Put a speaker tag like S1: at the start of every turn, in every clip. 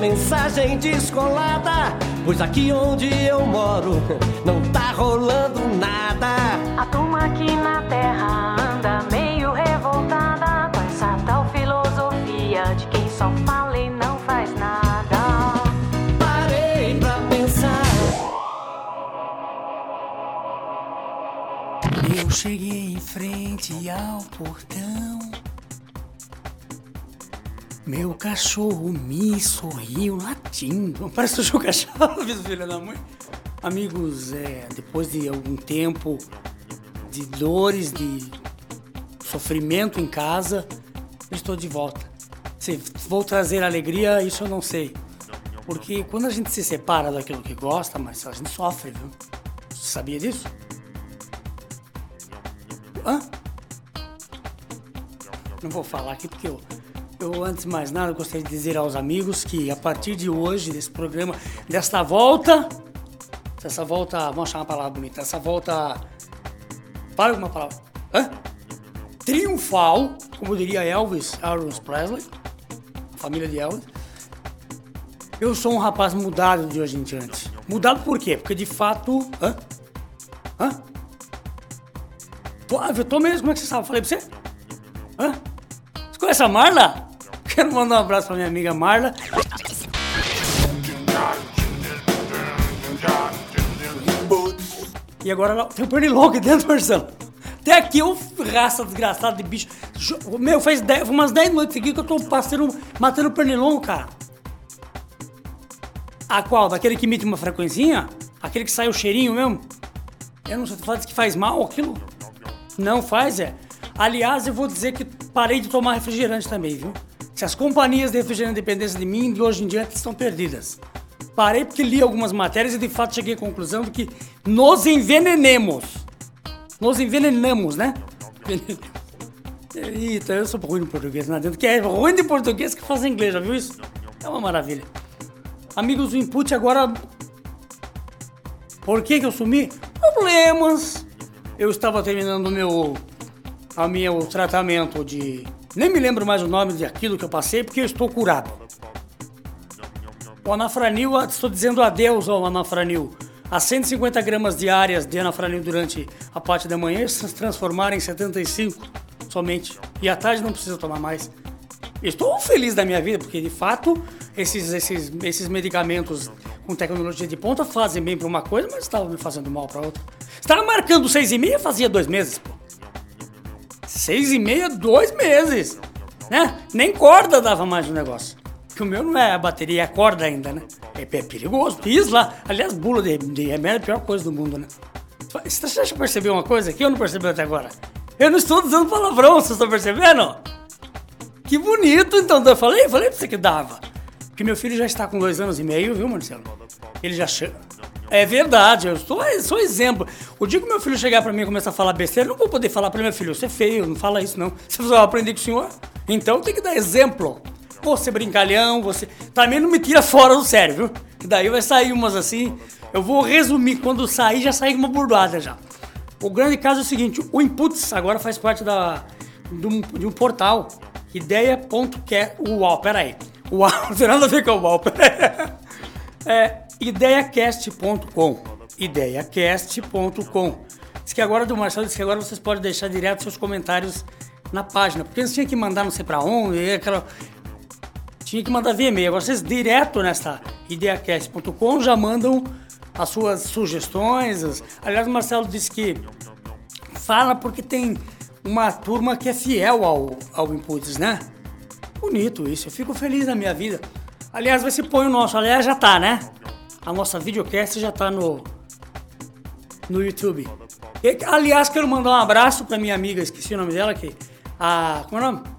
S1: mensagem descolada, pois aqui onde eu moro não tá rolando nada.
S2: A turma aqui na terra anda meio revoltada com essa tal filosofia de quem só fala e não faz nada.
S1: Parei pra pensar.
S3: Eu cheguei em frente ao portão. Meu cachorro me sorriu latindo. Parece o Juca Chaves, filha da mãe. Amigos, depois de algum tempo de dores, de sofrimento em casa, eu estou de volta. Se vou trazer alegria, isso eu não sei. Porque quando a gente se separa daquilo que gosta, mas a gente sofre, viu? Você sabia disso? Hã? Não vou falar aqui porque eu antes de mais nada, gostaria de dizer aos amigos que a partir de hoje, desse programa, dessa volta, vamos chamar uma palavra bonita, essa volta, fala alguma palavra, triunfal, como diria Elvis Presley, a família de Elvis, eu sou um rapaz mudado de hoje em diante. Mudado por quê? Porque de fato, eu tô mesmo, como é que você sabe? Falei pra você? Você conhece a Marla? Quero mandar um abraço pra minha amiga Marla. E agora tem o pernilongo aqui dentro, Marcelo. Até aqui, raça desgraçada de bicho. Meu, faz umas 10 noites aqui que eu tô matando o pernilongo, cara. A qual? Daquele que emite uma frequencinha? Aquele que sai o cheirinho mesmo? Eu não sei, tu fala que faz mal aquilo? Não faz, Aliás, eu vou dizer que parei de tomar refrigerante também, viu? Se as companhias de refrigerante dependessem de mim, de hoje em diante estão perdidas. Parei porque li algumas matérias e de fato cheguei à conclusão de que nos envenenamos. Nos envenenamos, né? Eita, eu sou ruim de português, não adianta. Que é ruim de português que faz inglês, já viu isso? É uma maravilha. Amigos, o input agora... Por que eu sumi? Problemas. Eu estava terminando o tratamento de... Nem me lembro mais o nome daquilo que eu passei, porque eu estou curado. O anafranil, estou dizendo adeus ao anafranil. As 150 gramas diárias de anafranil durante a parte da manhã se transformaram em 75 somente. E à tarde não precisa tomar mais. Estou feliz da minha vida, porque de fato esses medicamentos com tecnologia de ponta fazem bem para uma coisa, mas estavam me fazendo mal para outra. Estava marcando 6,5 fazia 2 meses, pô. 6,5, 2 meses, né? Nem corda dava mais no negócio. Que o meu não é a bateria, é a corda ainda, né? É perigoso. Fiz lá. Aliás, bula de remédio é a pior coisa do mundo, né? Você já percebeu uma coisa que eu não percebi até agora? Eu não estou dizendo palavrão, vocês estão percebendo? Que bonito, então. Eu falei pra você que dava. Porque meu filho já está com 2 anos e meio, viu, Marcelo? Ele já chega. É verdade, eu sou exemplo. O dia que meu filho chegar pra mim e começar a falar besteira, eu não vou poder falar pra meu filho, você é feio, não fala isso não. Você vai aprender com o senhor? Então tem que dar exemplo. Você brincalhão, você... Também não me tira fora do sério, viu? E daí vai sair umas assim... Eu vou resumir, quando sair, já sair uma burdoada já. O grande caso é o seguinte, o Inputs agora faz parte de um portal, ideia.cast... Uau, peraí. Uau, não tem nada a ver com o uau, peraí. Ideiacast.com. Ideiacast.com. Diz que agora do Marcelo, diz que agora vocês podem deixar direto seus comentários na página, porque eles tinham que mandar não sei pra onde, tinha que mandar via e-mail. Agora vocês direto nessa ideiacast.com já mandam as suas sugestões. Aliás, o Marcelo disse que fala porque tem uma turma que é fiel ao Inputs, né? Bonito isso, eu fico feliz na minha vida. Aliás, vai se põe o nosso, aliás já tá, né? A nossa videocast já tá no YouTube. Aliás, quero mandar um abraço pra minha amiga, esqueci o nome dela aqui. Como é o nome?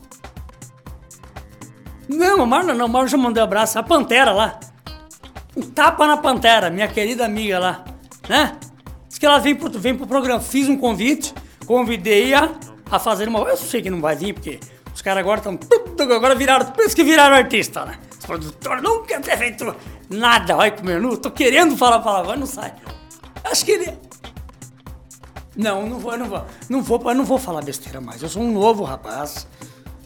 S3: Não, a Marla já mandei um abraço. A Pantera lá. Um tapa na Pantera, minha querida amiga lá, né? Diz que ela vem pro programa. Fiz um convite, convidei-a a fazer uma... Eu sei que não vai vir, porque os caras agora estão... Agora viraram... Por isso que viraram artista, né? Os produtores nunca ter feito nada. Olha como eu não tô querendo falar palavrão, não sai. Acho que ele... Não vou falar besteira mais. Eu sou um novo rapaz.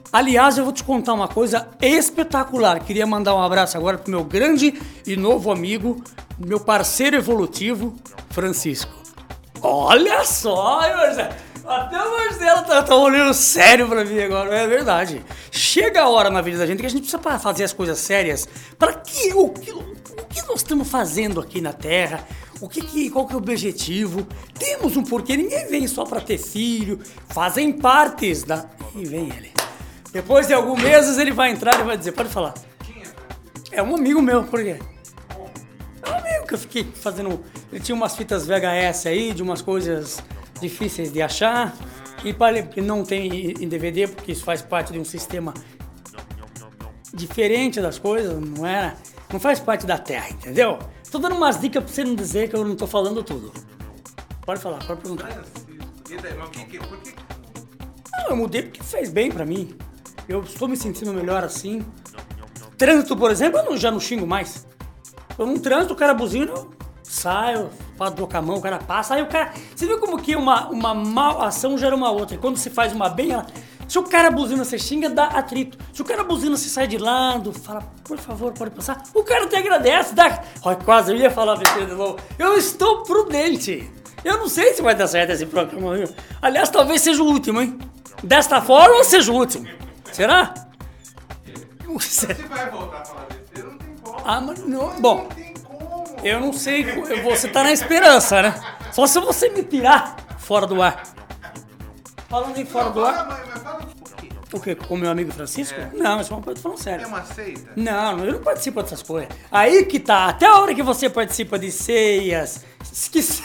S3: Aliás, eu vou te contar uma coisa espetacular. Queria mandar um abraço agora pro meu grande e novo amigo, meu parceiro evolutivo, Francisco. Olha só, Marcelo. Até o Marcelo tá olhando sério pra mim agora, é verdade. Chega a hora na vida da gente que a gente precisa fazer as coisas sérias. Para que o que nós estamos fazendo aqui na Terra? Qual que é o objetivo? Temos um porquê. Ninguém vem só pra ter filho. Fazem partes da... E vem ele. Depois de alguns meses ele vai entrar e vai dizer, pode falar. É um amigo meu, por quê? É um amigo que eu fiquei fazendo... Ele tinha umas fitas VHS aí, de umas coisas difíceis de achar. E que não tem em DVD, porque isso faz parte de um sistema diferente das coisas, não faz parte da Terra, entendeu? Tô dando umas dicas pra você não dizer que eu não tô falando tudo. Pode falar, pode perguntar.
S4: Por que?
S3: Não, eu mudei porque fez bem pra mim. Eu estou me sentindo melhor assim. Trânsito, por exemplo, eu já não xingo mais. Eu não trânsito, o cara buzina, eu saio, dou com a mão, o cara passa. Aí o cara... Você viu como que uma má ação gera uma outra. E quando se faz uma bem, se o cara buzina, você xinga, dá atrito. Se o cara buzina, você sai de lado, fala, por favor, pode passar. O cara te agradece, dá... Olha, quase, eu ia falar besteira de novo. Eu estou prudente. Eu não sei se vai dar certo esse programa, viu? Aliás, talvez seja o último, hein? Desta forma ou seja o último? Será?
S4: Você vai voltar a falar besteira? Não tem como.
S3: Ah, mas não... Bom, eu não sei, você tá na esperança, né? Só se você me tirar fora do ar. Falando em fora do ar...
S4: Mas fala
S3: O quê? Com o meu amigo Francisco? Não, isso é uma coisa falando sério.
S4: é uma seita?
S3: Não, eu não participo dessas coisas. Aí que tá, até a hora que você participa de ceias, esqueci.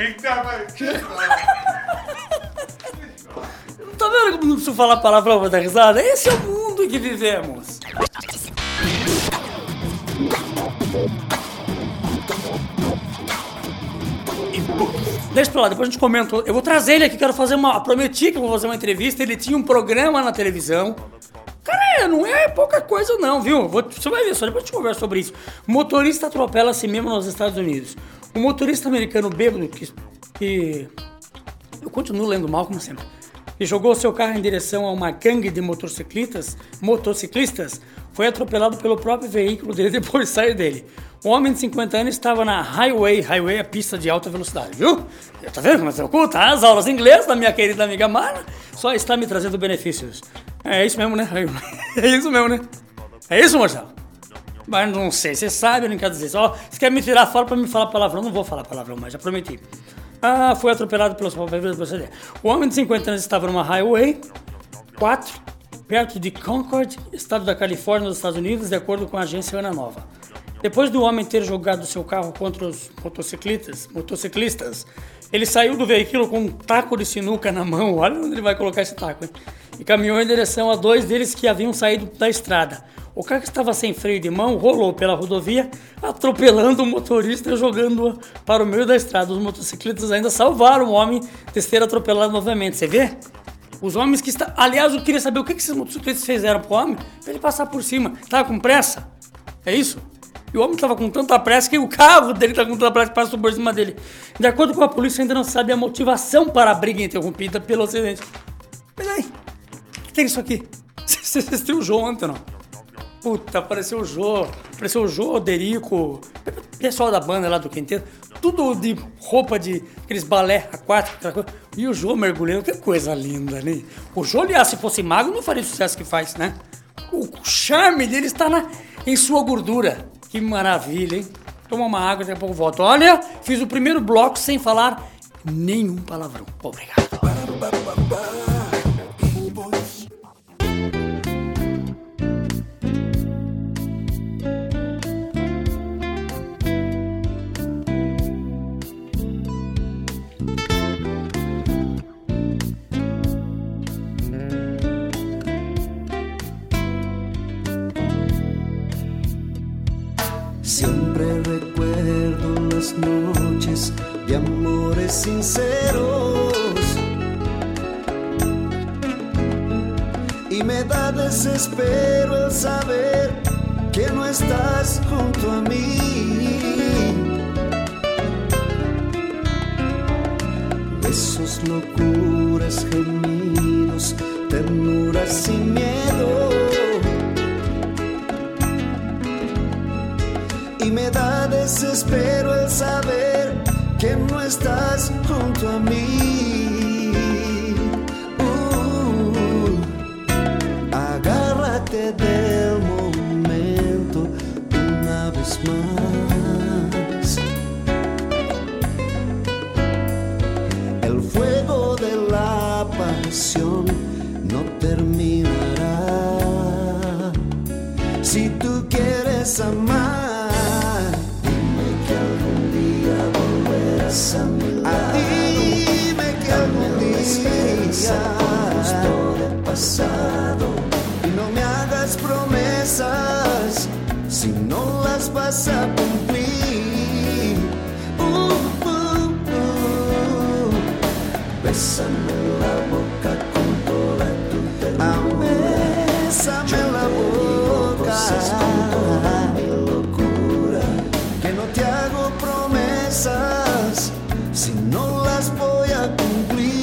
S3: Tá vendo como não preciso falar palavrão pra dar risada? Esse é o mundo em que vivemos. Deixa pra lá, depois a gente comenta. Eu vou trazer ele aqui, prometi que eu vou fazer uma entrevista. Ele tinha um programa na televisão. Cara, não é pouca coisa não, viu? Você vai ver, só depois a gente conversa sobre isso. O motorista atropela a si mesmo nos Estados Unidos. O motorista americano bêbado, que eu continuo lendo mal, como sempre, que jogou seu carro em direção a uma gangue de motociclistas, foi atropelado pelo próprio veículo dele depois de sair dele. Um homem de 50 anos estava na highway é a pista de alta velocidade, viu? Tá vendo como você oculta? As aulas de inglês da minha querida amiga Mara só está me trazendo benefícios. É isso mesmo, né? É isso mesmo, né? É isso, Marcelo? Mas não sei, você sabe, eu não quero dizer. Só você quer me tirar fora pra me falar palavrão? Não vou falar palavrão, mas já prometi. Foi atropelado pelos... O homem de 50 anos estava numa highway 4, perto de Concord, estado da Califórnia, nos Estados Unidos, de acordo com a agência Ana Nova. Depois do homem ter jogado seu carro contra os motociclistas, ele saiu do veículo com um taco de sinuca na mão, olha onde ele vai colocar esse taco, hein? E caminhou em direção a dois deles que haviam saído da estrada. O carro que estava sem freio de mão rolou pela rodovia, atropelando o motorista e jogando-o para o meio da estrada. Os motociclistas ainda salvaram o homem de ser atropelado novamente, você vê? Os homens que estão... Aliás, eu queria saber o que esses motociclistas fizeram pro homem para ele passar por cima. Tava com pressa? É isso? E o homem estava com tanta pressa que o carro dele estava com tanta pressa que passou por cima dele. De acordo com a polícia, ainda não sabe a motivação para a briga interrompida pelo acidente. Mas aí, o que tem isso aqui? Você assistiu o Jô ontem, não? Puta, apareceu o Jô, o Derico, o pessoal da banda lá do Quinteto, tudo de roupa de aqueles balé aquáticos, e o Jô mergulhando, que coisa linda, né? O Jô, aliás, se fosse magro, não faria o sucesso que faz, né? O charme dele está em sua gordura. Que maravilha, hein? Toma uma água, daqui a pouco volto. Olha, fiz o primeiro bloco sem falar nenhum palavrão. Obrigado.
S5: Siempre recuerdo las noches de amores sinceros y me da desespero el saber que no estás junto a mí. Besos, locuras, gemidos, ternuras sin miedo. y me da desespero el saber que no estás junto a mí. Agárrate del momento una vez más. El fuego de la pasión no terminará. Si tú quieres amar, dime que algún día volverás a mi lado. Dime que algún día justo del pasado. Y no me hagas promesas si no las vas a cumplir. Bésame la boca con toda tu ternura. Bésame la boca con toda mi locura. Que no te hago promesas si no las voy a cumplir.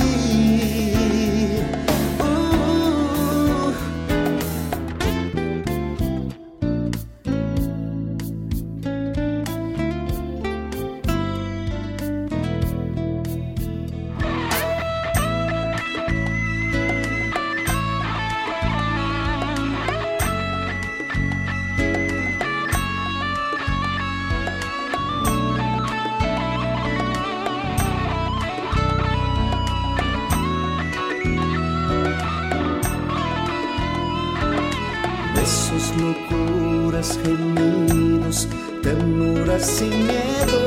S5: Besos, locuras, gemidos, ternuras sin miedo.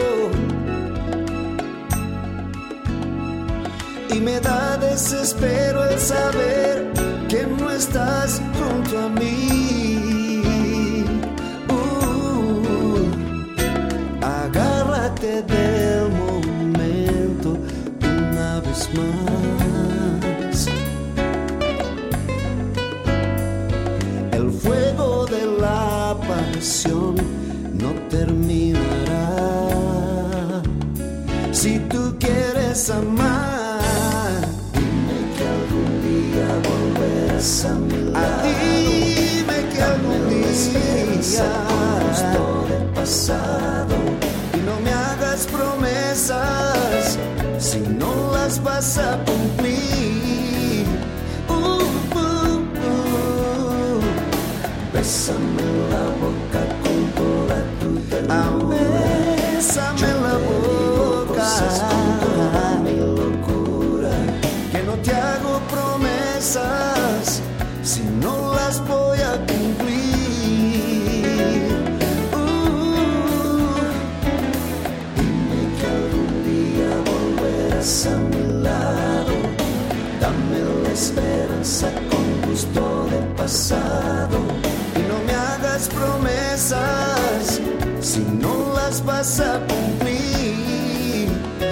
S5: Y me da desespero el saber que no estás junto a mí. Agárrate del momento una vez más. El fuego de la pasión no terminará. Si tú quieres amar, dime que algún día volverás a mi lado. Dime que algún día justo del pasado. Y no me hagas promesas si no las vas a cumplir. Bésame la boca con toda tu ternura. Bésame la boca con toda mi locura. Que no te hago promesas si no las voy a cumplir. Dime que algún día volverás a mi lado. Dame la esperanza con gusto del pasado. Promesas si no las vas a cumplir.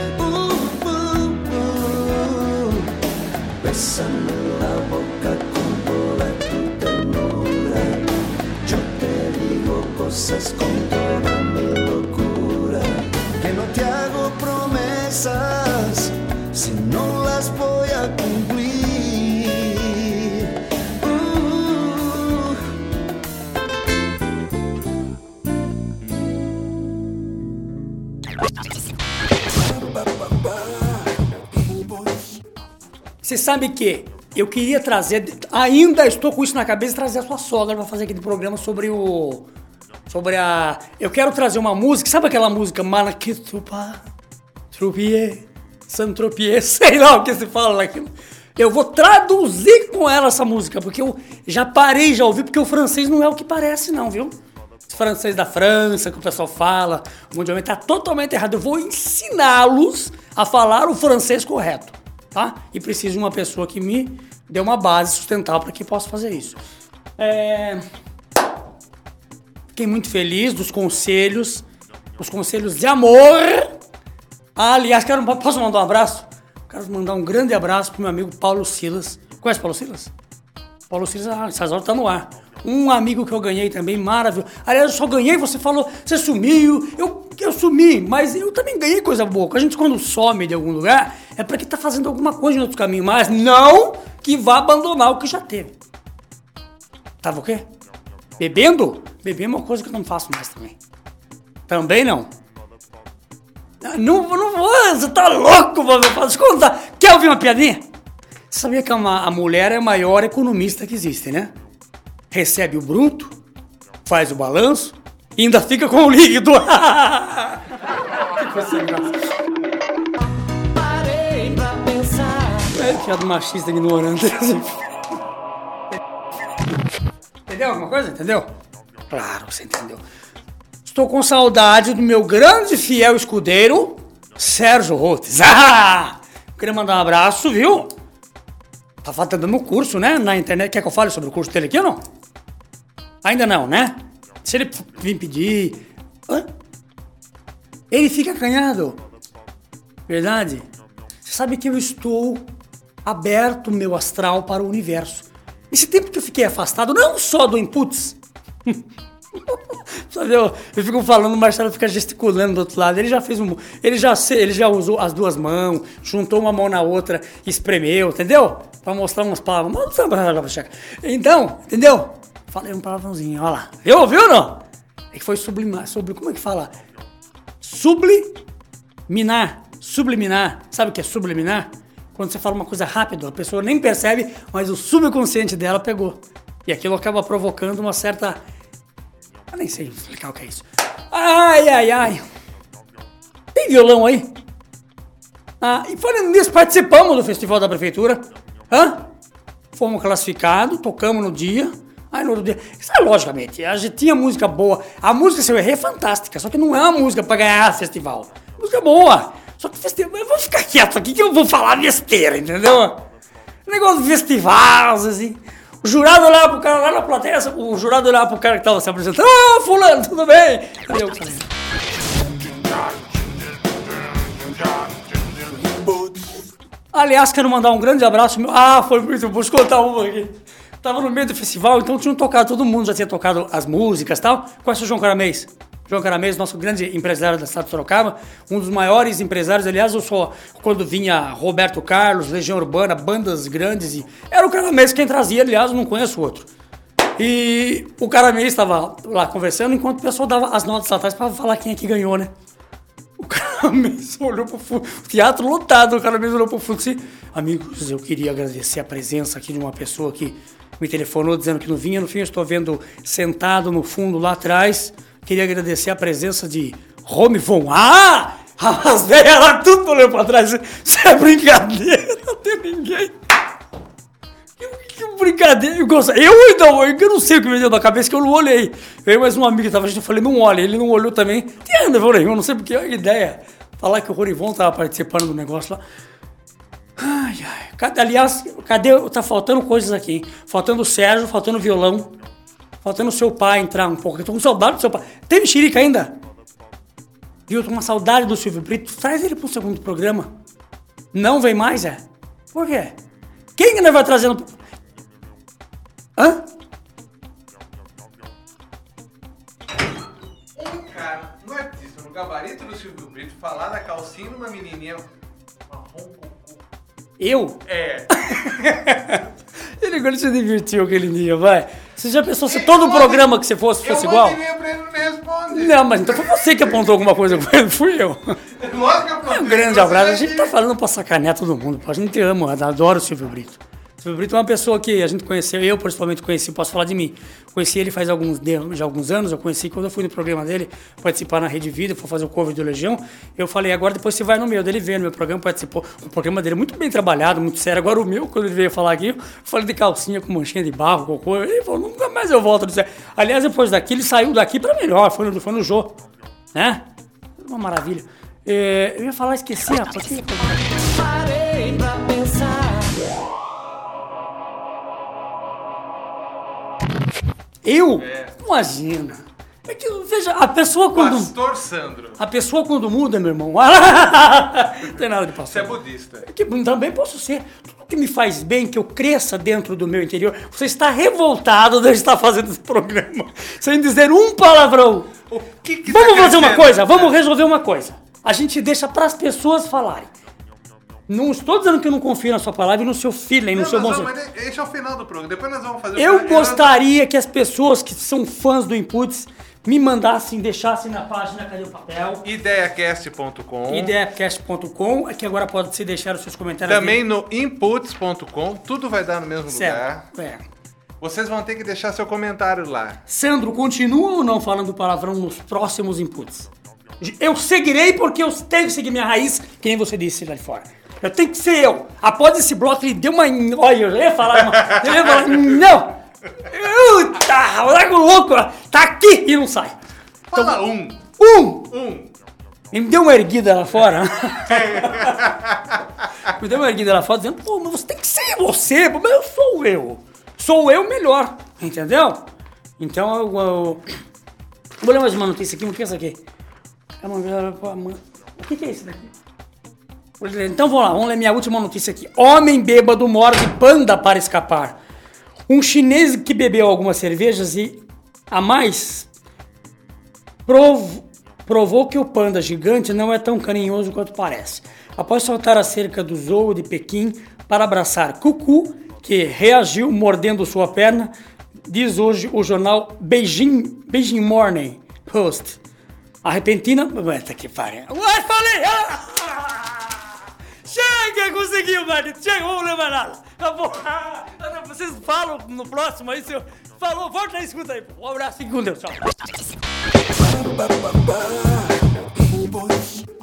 S5: Bésame la boca con toda tu ternura. Yo te digo cosas con toda mi locura. Que no te hago promesas si no las voy a cumplir.
S3: Você sabe que eu queria trazer, ainda estou com isso na cabeça, trazer a sua sogra para fazer aquele programa sobre a... Eu quero trazer uma música, sabe aquela música Malaquitupa, Troupier, Saint-Tropez, sei lá o que se fala naquilo. Eu vou traduzir com ela essa música, porque eu já parei, já ouvi, porque o francês não é o que parece não, viu? O francês da França, que o pessoal fala, mundialmente, tá totalmente errado. Eu vou ensiná-los a falar o francês correto, tá? E preciso de uma pessoa que me dê uma base sustentável para que possa fazer isso. Fiquei muito feliz dos conselhos, os conselhos de amor. Aliás, posso mandar um abraço? Quero mandar um grande abraço pro meu amigo Paulo Silas. Conhece Paulo Silas? Paulo Silas, essas horas tá no ar. Um amigo que eu ganhei também, maravilhoso. Aliás, eu só ganhei, você falou, você sumiu. Eu sumi, mas eu também ganhei coisa boa. A gente, quando some de algum lugar, é pra que tá fazendo alguma coisa em outro caminho, mas não que vá abandonar o que já teve. Tava o quê? Bebendo? Beber é uma coisa que eu não faço mais também. Também não. Não vou, você tá louco, meu pai, deixa eu contar. Quer ouvir uma piadinha? Você sabia que a mulher é a maior economista que existe, né? Recebe o bruto, faz o balanço e ainda fica com o líquido. Que coisa engraçada.
S1: Parei pra pensar.
S3: É piada machista ignorante. Entendeu alguma coisa? Entendeu? Claro que você entendeu. Estou com saudade do meu grande fiel escudeiro, Sérgio Rotes. Queria mandar um abraço, viu? Tá dando curso, né? Na internet. Quer que eu fale sobre o curso dele aqui ou não? Ainda não, né? Se ele vir pedir... Hã? Ele fica acanhado. Verdade? Você sabe que eu estou aberto, meu astral, para o universo. Esse tempo que eu fiquei afastado, não só do inputs... Sabe, eu fico falando, o Marcelo fica gesticulando do outro lado. Ele já fez ele já usou as duas mãos, juntou uma mão na outra, espremeu, entendeu? Pra mostrar umas palavras. Então, entendeu? Falei um palavrãozinho, olha lá. Viu ou não? É que foi sublimar, como é que fala? Subliminar. Sabe o que é subliminar? Quando você fala uma coisa rápido, a pessoa nem percebe, mas o subconsciente dela pegou. E aquilo acaba provocando uma certa... Eu nem sei explicar o que é isso. Ai. Tem violão aí? E falando nisso, participamos do Festival da Prefeitura. Fomos classificados, tocamos no dia. Aí no outro dia... Logicamente, a gente tinha música boa. A música, se eu errei, é fantástica. Só que não é uma música pra ganhar festival. Música boa. Só que festival... Eu vou ficar quieto aqui que eu vou falar besteira, entendeu? Negócio de festival, assim... O jurado olhava pro cara lá na plateia, o jurado olhava pro cara que tava se apresentando. Fulano, tudo bem? Cadê o cara? Aliás, quero mandar um grande abraço. Foi muito bom. Deixa eu contar uma aqui. Tava no meio do festival, então tinham tocado, todo mundo já tinha tocado as músicas e tal. Conhece o João Caramês? João Caramês, nosso grande empresário da cidade de Sorocaba, um dos maiores empresários. Aliás, eu sou, quando vinha Roberto Carlos, Legião Urbana, bandas grandes, e era o Caramês quem trazia, aliás, eu não conheço outro. E o Caramês estava lá conversando, enquanto o pessoal dava as notas lá atrás para falar quem é que ganhou, né? O Caramês olhou pro fundo, o teatro lotado, o Caramês olhou pro fundo e disse: amigos, eu queria agradecer a presença aqui de uma pessoa que me telefonou dizendo que não vinha, no fim eu estou vendo sentado no fundo lá atrás. Queria agradecer a presença de Romy Von. As velhas lá tudo olhando pra trás. Isso é brincadeira, não tem ninguém. Que brincadeira. Eu não sei o que me deu na cabeça, que eu não olhei. Veio mais um amigo que tava, eu falei, não olha. Ele não olhou também. Eu não sei porque é ideia. Falar que o Romy Von tava participando do negócio lá. Aliás, tá faltando coisas aqui, hein? Faltando o Sérgio, faltando o violão. Faltando o seu pai entrar um pouco. Eu tô com saudade do seu pai. Tem mexerica ainda? Viu? Eu tô com uma saudade do Silvio Brito. Traz ele pro segundo programa. Não vem mais, é? Por quê? Quem que nós vai trazendo?
S4: Cara, no artista, no gabarito do Silvio Brito, falar da calcinha de uma menininha marrom cocô.
S3: Eu?
S4: É.
S3: Ele agora se divertiu aquele dia, vai. Você já pensou se todo o programa que você fosse igual?
S4: Eu mandei pra ele não me responder.
S3: Não, mas então foi você que apontou alguma coisa com ele, fui eu.
S4: Lógico que eu apontei.
S3: Um grande abraço. A gente tá falando pra sacanear todo mundo. A gente ama, adoro o Silvio Brito. O Silvio Brito é uma pessoa que a gente conheceu, eu principalmente conheci, posso falar de mim. Conheci ele faz já alguns anos, eu conheci quando eu fui no programa dele, participar na Rede Vida, fui fazer o cover do Legião. Eu falei, agora depois você vai no meu. Dele veio no meu programa, participou. O programa dele é muito bem trabalhado, muito sério. Agora o meu, quando ele veio falar aqui, eu falei de calcinha com manchinha de barro, cocô. Ele falou, nunca mais eu volto. Aliás, depois daqui, ele saiu daqui pra melhor, foi no Jô, né? Uma maravilha. Eu ia falar, esqueci, rapaz.
S1: Parei pra pensar.
S3: Eu? Imagina. É que, veja, a pessoa quando...
S4: Pastor Sandro.
S3: A pessoa quando muda, meu irmão... Não tem nada de pastor.
S4: Você é budista.
S3: É que também posso ser. Tudo que me faz bem, que eu cresça dentro do meu interior. Você está revoltado de eu estar fazendo esse programa sem dizer um palavrão.
S4: O que
S3: Vamos fazer uma coisa, vamos resolver uma coisa. A gente deixa para as pessoas falarem. Não estou dizendo que eu não confio na sua palavra e no seu feeling, no seu bom senso.
S4: Mas esse é o final do programa. Depois nós vamos fazer
S3: Eu gostaria que as pessoas que são fãs do Inputs me mandassem, deixassem na página Cadê o Papel?
S4: Ideiacast.com.
S3: Ideiacast.com, que agora pode se deixar os seus comentários.
S4: Também no inputs.com, tudo vai dar no mesmo lugar.
S3: Certo,
S4: Vocês vão ter que deixar seu comentário lá.
S3: Sandro, continua ou não falando palavrão nos próximos inputs? Eu seguirei porque eu tenho que seguir minha raiz, que nem você disse lá de fora. Eu tenho que ser eu. Após esse bloco, ele deu uma... Olha, eu ia falar... não! Puta, o Drago louco, tá aqui e não sai.
S4: Fala
S3: então,
S4: um.
S3: Me deu uma erguida lá fora. Me deu uma erguida lá fora dizendo, pô, mas você tem que ser você, mas eu sou eu. Sou eu melhor, entendeu? Então eu vou ler mais uma notícia aqui, o que é isso aqui? O que é isso daqui? Então vamos ler minha última notícia aqui. Homem bêbado morde panda para escapar. Um chinês que bebeu algumas cervejas e a mais provou que o panda gigante não é tão carinhoso quanto parece. Após saltar a cerca do zoo de Pequim para abraçar Cucu, que reagiu mordendo sua perna, diz hoje o jornal Beijing Morning Post. A repentina... Tá que pariu. Falei! Chega, conseguiu, Marito. Chega, vamos levar nada. Vocês falam no próximo aí, seu... Falou, volta aí, escuta aí. Um abraço e com Deus, tchau.